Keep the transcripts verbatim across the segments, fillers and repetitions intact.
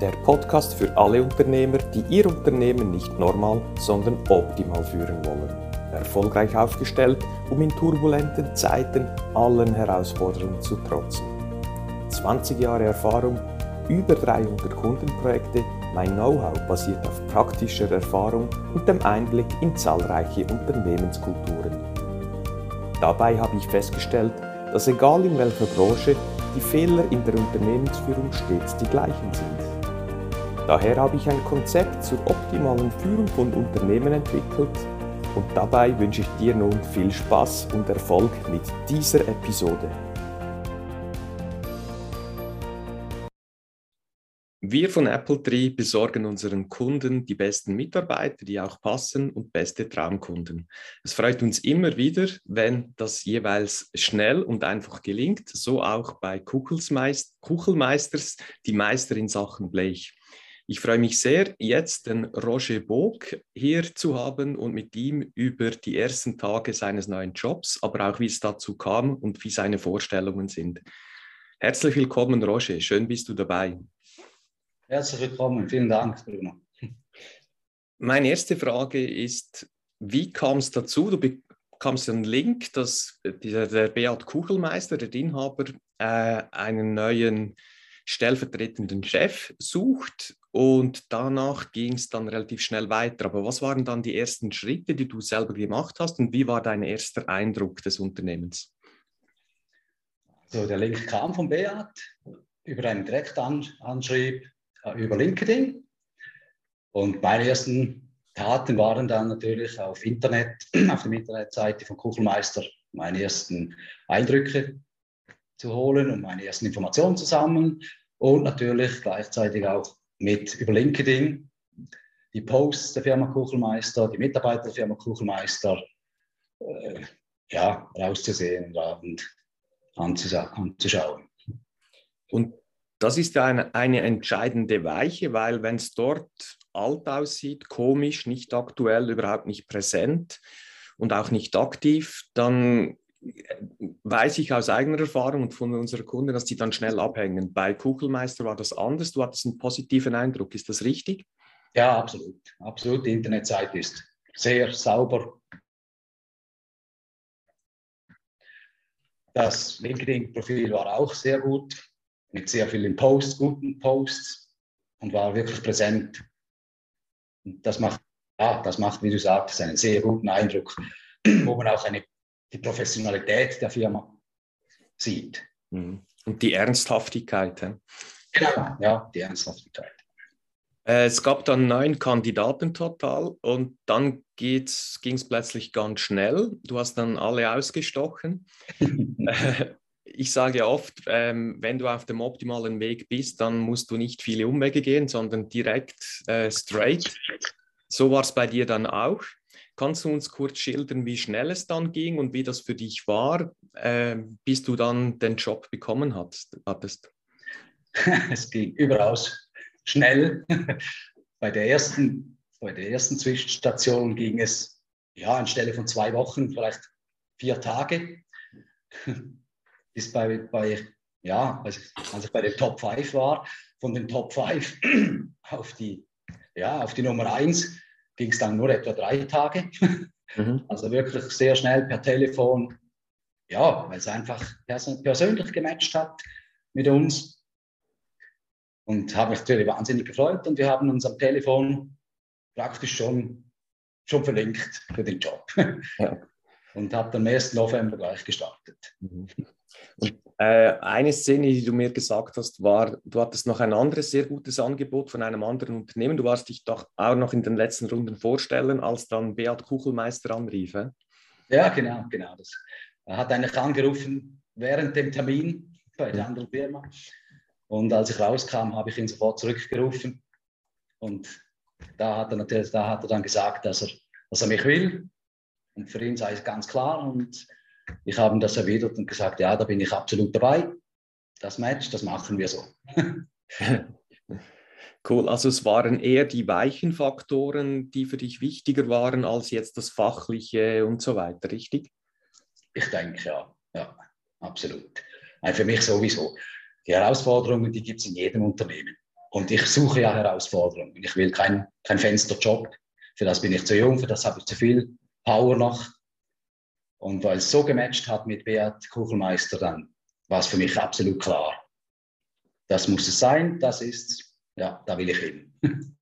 der Podcast für alle Unternehmer, die ihr Unternehmen nicht normal, sondern optimal führen wollen. Erfolgreich aufgestellt, um in turbulenten Zeiten allen Herausforderungen zu trotzen. zwanzig Jahre Erfahrung, über dreihundert Kundenprojekte, mein Know-how basiert auf praktischer Erfahrung und dem Einblick in zahlreiche Unternehmenskulturen. Dabei habe ich festgestellt, dass egal in welcher Branche, die Fehler in der Unternehmensführung stets die gleichen sind. Daher habe ich ein Konzept zur optimalen Führung von Unternehmen entwickelt und dabei wünsche ich dir nun viel Spaß und Erfolg mit dieser Episode. Wir von Appletree besorgen unseren Kunden die besten Mitarbeiter, die auch passen und beste Traumkunden. Es freut uns immer wieder, wenn das jeweils schnell und einfach gelingt, so auch bei Kuchelmeisters, die Meister in Sachen Blech. Ich freue mich sehr, jetzt den Roger Bog hier zu haben und mit ihm über die ersten Tage seines neuen Jobs, aber auch wie es dazu kam und wie seine Vorstellungen sind. Herzlich willkommen, Roger, schön bist du dabei. Herzlich willkommen, vielen Dank, Bruno. Meine erste Frage ist, wie kam es dazu? Du bekamst einen Link, dass der, der Beat Kuchelmeister, der Inhaber, äh, einen neuen stellvertretenden Chef sucht und danach ging es dann relativ schnell weiter. Aber was waren dann die ersten Schritte, die du selber gemacht hast und wie war dein erster Eindruck des Unternehmens? Also der Link kam von Beat über einen Direktanschrieb über LinkedIn und meine ersten Taten waren dann natürlich auf Internet, auf der Internetseite von Kuchelmeister meine ersten Eindrücke zu holen und meine ersten Informationen zu sammeln und natürlich gleichzeitig auch mit über LinkedIn die Posts der Firma Kuchelmeister, die Mitarbeiter der Firma Kuchelmeister äh, ja, rauszusehen und anzuschauen. Und das ist eine, eine entscheidende Weiche, weil wenn es dort alt aussieht, komisch, nicht aktuell, überhaupt nicht präsent und auch nicht aktiv, dann weiß ich aus eigener Erfahrung und von unseren Kunden, dass die dann schnell abhängen. Bei Kuchelmeister war das anders, du hattest einen positiven Eindruck, ist das richtig? Ja, absolut. Absolut, die Internetseite ist sehr sauber. Das LinkedIn-Profil war auch sehr gut, mit sehr vielen Posts, guten Posts und war wirklich präsent. Und das macht, ja, das macht, wie du sagst, einen sehr guten Eindruck, wo man auch eine, die Professionalität der Firma sieht. Und die Ernsthaftigkeit. He? Genau, ja, die Ernsthaftigkeit. Es gab dann neun Kandidaten total und dann ging es plötzlich ganz schnell. Du hast dann alle ausgestochen. Ich sage ja oft, ähm, wenn du auf dem optimalen Weg bist, dann musst du nicht viele Umwege gehen, sondern direkt äh, straight. So war es bei dir dann auch. Kannst du uns kurz schildern, wie schnell es dann ging und wie das für dich war, äh, bis du dann den Job bekommen hattest? Es ging überaus schnell. Bei der ersten, bei der ersten Zwischenstation ging es ja anstelle von zwei Wochen, vielleicht vier Tage. Bis bei, bei, ja, als ich bei den Top fünf war, von den Top fünf auf die, ja, auf die Nummer eins ging es dann nur etwa drei Tage. Mhm. Also wirklich sehr schnell per Telefon, ja, weil es einfach pers- persönlich gematcht hat mit uns. Und habe mich natürlich wahnsinnig gefreut und wir haben uns am Telefon praktisch schon, schon verlinkt für den Job. Ja. Und habe am ersten November gleich gestartet. Mhm. Und äh, eine Szene, die du mir gesagt hast, war, du hattest noch ein anderes sehr gutes Angebot von einem anderen Unternehmen. Du warst dich doch auch noch in den letzten Runden vorstellen, als dann Beat Kuchelmeister anrief. Äh? Ja, genau, genau. Das, er hat eigentlich angerufen während dem Termin bei der anderen Firma. Und als ich rauskam, habe ich ihn sofort zurückgerufen. Und da hat er, natürlich, da hat er dann gesagt, dass er, dass er mich will. Und für ihn sei es ganz klar. Und ich habe ihm das erwidert und gesagt, ja, da bin ich absolut dabei. Das Match, das machen wir so. Cool, also es waren eher die weichen Faktoren, die für dich wichtiger waren als jetzt das Fachliche und so weiter, richtig? Ich denke, ja, ja, absolut. Also für mich sowieso. Die Herausforderungen, die gibt es in jedem Unternehmen. Und ich suche ja Herausforderungen. Ich will kein, kein Fensterjob. Für das bin ich zu jung, für das habe ich zu viel Power noch. Und weil es so gematcht hat mit Beat Kuchelmeister, dann war es für mich absolut klar. Das muss es sein, das ist, ja, da will ich hin.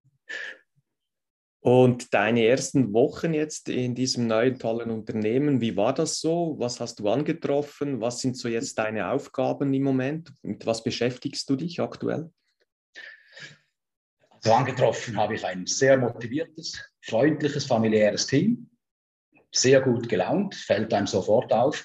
Und deine ersten Wochen jetzt in diesem neuen tollen Unternehmen, wie war das so? Was hast du angetroffen? Was sind so jetzt deine Aufgaben im Moment? Mit was beschäftigst du dich aktuell? Also angetroffen habe ich ein sehr motiviertes, freundliches, familiäres Team. Sehr gut gelaunt, fällt einem sofort auf.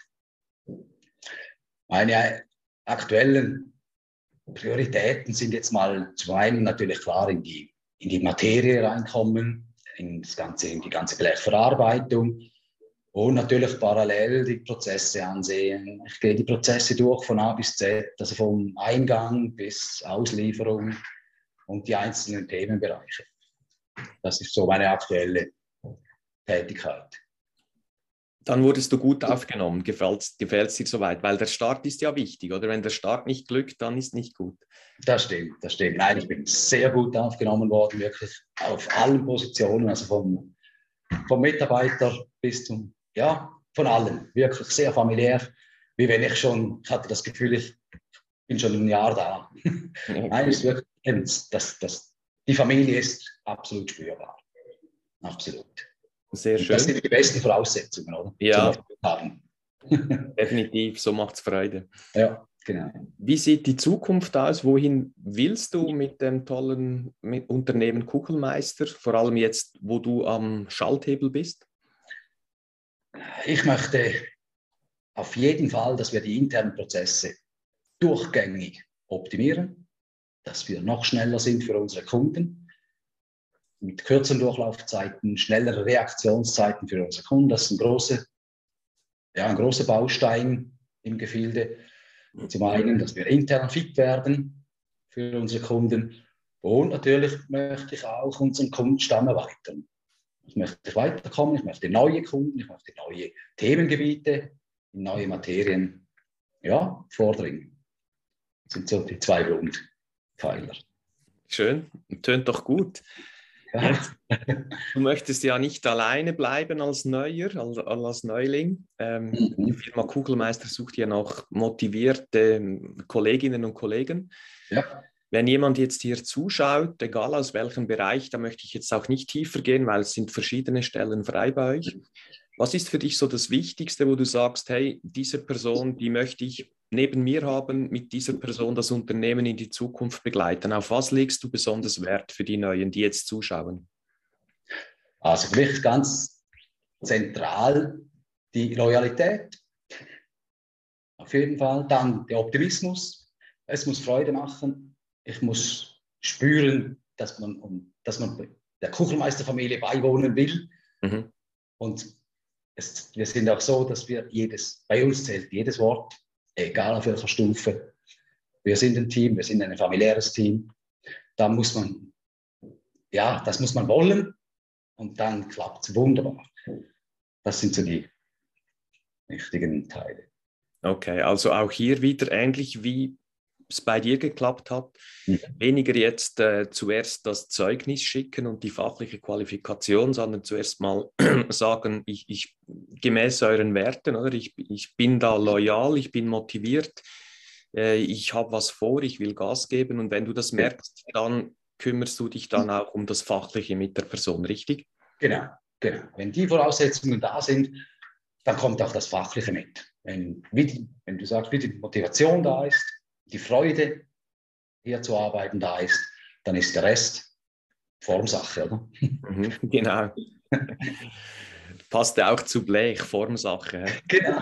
Meine aktuellen Prioritäten sind jetzt mal zum einen natürlich klar in die, in die Materie reinkommen, in, das ganze, in die ganze Blechverarbeitung und natürlich parallel die Prozesse ansehen. Ich gehe die Prozesse durch von A bis Z, also vom Eingang bis Auslieferung und die einzelnen Themenbereiche. Das ist so meine aktuelle Tätigkeit. Dann wurdest du gut aufgenommen, gefällt es dir soweit, weil der Start ist ja wichtig, oder? Wenn der Start nicht glückt, dann ist nicht gut. Das stimmt, das stimmt. Nein, ich bin sehr gut aufgenommen worden, wirklich auf allen Positionen, also vom, vom Mitarbeiter bis zum, ja, von allen, wirklich sehr familiär, wie wenn ich schon, ich hatte das Gefühl, ich bin schon ein Jahr da. Okay. Nein, es ist wirklich, das, das, die Familie ist absolut spürbar, absolut. Sehr schön. Das sind die besten Voraussetzungen, oder? Ja, haben. Definitiv, so macht es Freude. Ja, genau. Wie sieht die Zukunft aus? Wohin willst du mit dem tollen mit Unternehmen Kuchelmeister? Vor allem jetzt, wo du am Schalthebel bist? Ich möchte auf jeden Fall, dass wir die internen Prozesse durchgängig optimieren, dass wir noch schneller sind für unsere Kunden, mit kürzeren Durchlaufzeiten, schnellere Reaktionszeiten für unsere Kunden. Das ist ein großer, ja, ein großer Baustein im Gefilde. Zum einen, dass wir intern fit werden für unsere Kunden und natürlich möchte ich auch unseren Kundenstamm erweitern. Ich möchte weiterkommen, ich möchte neue Kunden, ich möchte neue Themengebiete, neue Materien ja, vordringen. Das sind so die zwei Grundpfeiler. Schön, tönt doch gut. Jetzt, du möchtest ja nicht alleine bleiben als Neuer, als, als Neuling. Ähm, mhm. Die Firma Kuchelmeister sucht ja noch motivierte Kolleginnen und Kollegen. Ja. Wenn jemand jetzt hier zuschaut, egal aus welchem Bereich, da möchte ich jetzt auch nicht tiefer gehen, weil es sind verschiedene Stellen frei bei euch. Was ist für dich so das Wichtigste, wo du sagst, hey, diese Person, die möchte ich neben mir haben, mit dieser Person das Unternehmen in die Zukunft begleiten? Auf was legst du besonders Wert für die Neuen, die jetzt zuschauen? Also für mich ist ganz zentral die Loyalität. Auf jeden Fall. Dann der Optimismus. Es muss Freude machen. Ich muss spüren, dass man, dass man der Kuchelmeisterfamilie beiwohnen will. Mhm. Und es, wir sind auch so, dass wir jedes, bei uns zählt jedes Wort, egal auf welcher Stufe. Wir sind ein Team, wir sind ein familiäres Team. Da muss man, ja, das muss man wollen und dann klappt es wunderbar. Das sind so die wichtigen Teile. Okay, also auch hier wieder ähnlich wie es bei dir geklappt hat. Mhm. Weniger jetzt äh, zuerst das Zeugnis schicken und die fachliche Qualifikation, sondern zuerst mal sagen, ich, ich gemäß euren Werten, oder? Ich, ich bin da loyal, ich bin motiviert, äh, ich habe was vor, ich will Gas geben und wenn du das merkst, dann kümmerst du dich dann auch um das Fachliche mit der Person, richtig? Genau, genau. Wenn die Voraussetzungen da sind, dann kommt auch das Fachliche mit. Wenn, wie die, wenn du sagst, wie die Motivation da ist, die Freude, hier zu arbeiten, da ist, dann ist der Rest Formsache, oder? Mhm, genau. Passt ja auch zu Blech, Formsache. Genau.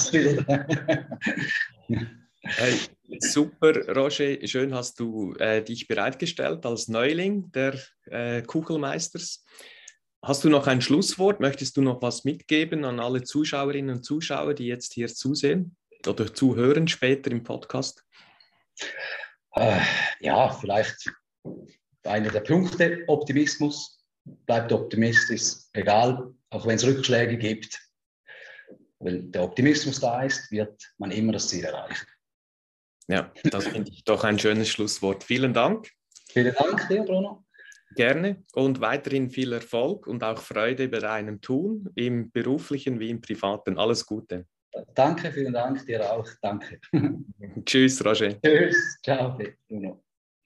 Hey, super, Roger. Schön hast du äh, dich bereitgestellt als Neuling der äh, Kuchelmeisters. Hast du noch ein Schlusswort? Möchtest du noch was mitgeben an alle Zuschauerinnen und Zuschauer, die jetzt hier zusehen oder zuhören später im Podcast? Äh, ja, vielleicht einer der Punkte, Optimismus. Bleibt optimistisch, egal, auch wenn es Rückschläge gibt. Wenn der Optimismus da ist, wird man immer das Ziel erreichen. Ja, das finde ich doch ein schönes Schlusswort. Vielen Dank. Vielen Dank dir, Bruno. Gerne und weiterhin viel Erfolg und auch Freude bei deinem Tun, im beruflichen wie im privaten. Alles Gute. Danke, vielen Dank, dir auch. Danke. Tschüss, Roger. Tschüss, ciao, Bruno.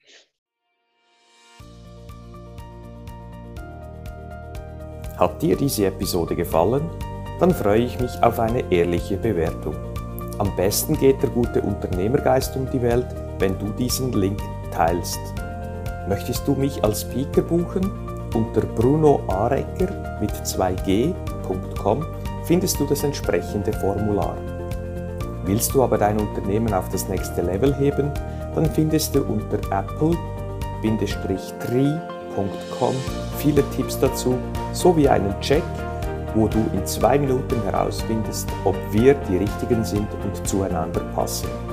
Hat dir diese Episode gefallen? Dann freue ich mich auf eine ehrliche Bewertung. Am besten geht der gute Unternehmergeist um die Welt, wenn du diesen Link teilst. Möchtest du mich als Speaker buchen? Unter brunoarecker mit zwei g punkt com findest du das entsprechende Formular. Willst du aber dein Unternehmen auf das nächste Level heben? Dann findest du unter apple tree punkt com viele Tipps dazu, sowie einen Check, wo du in zwei Minuten herausfindest, ob wir die Richtigen sind und zueinander passen.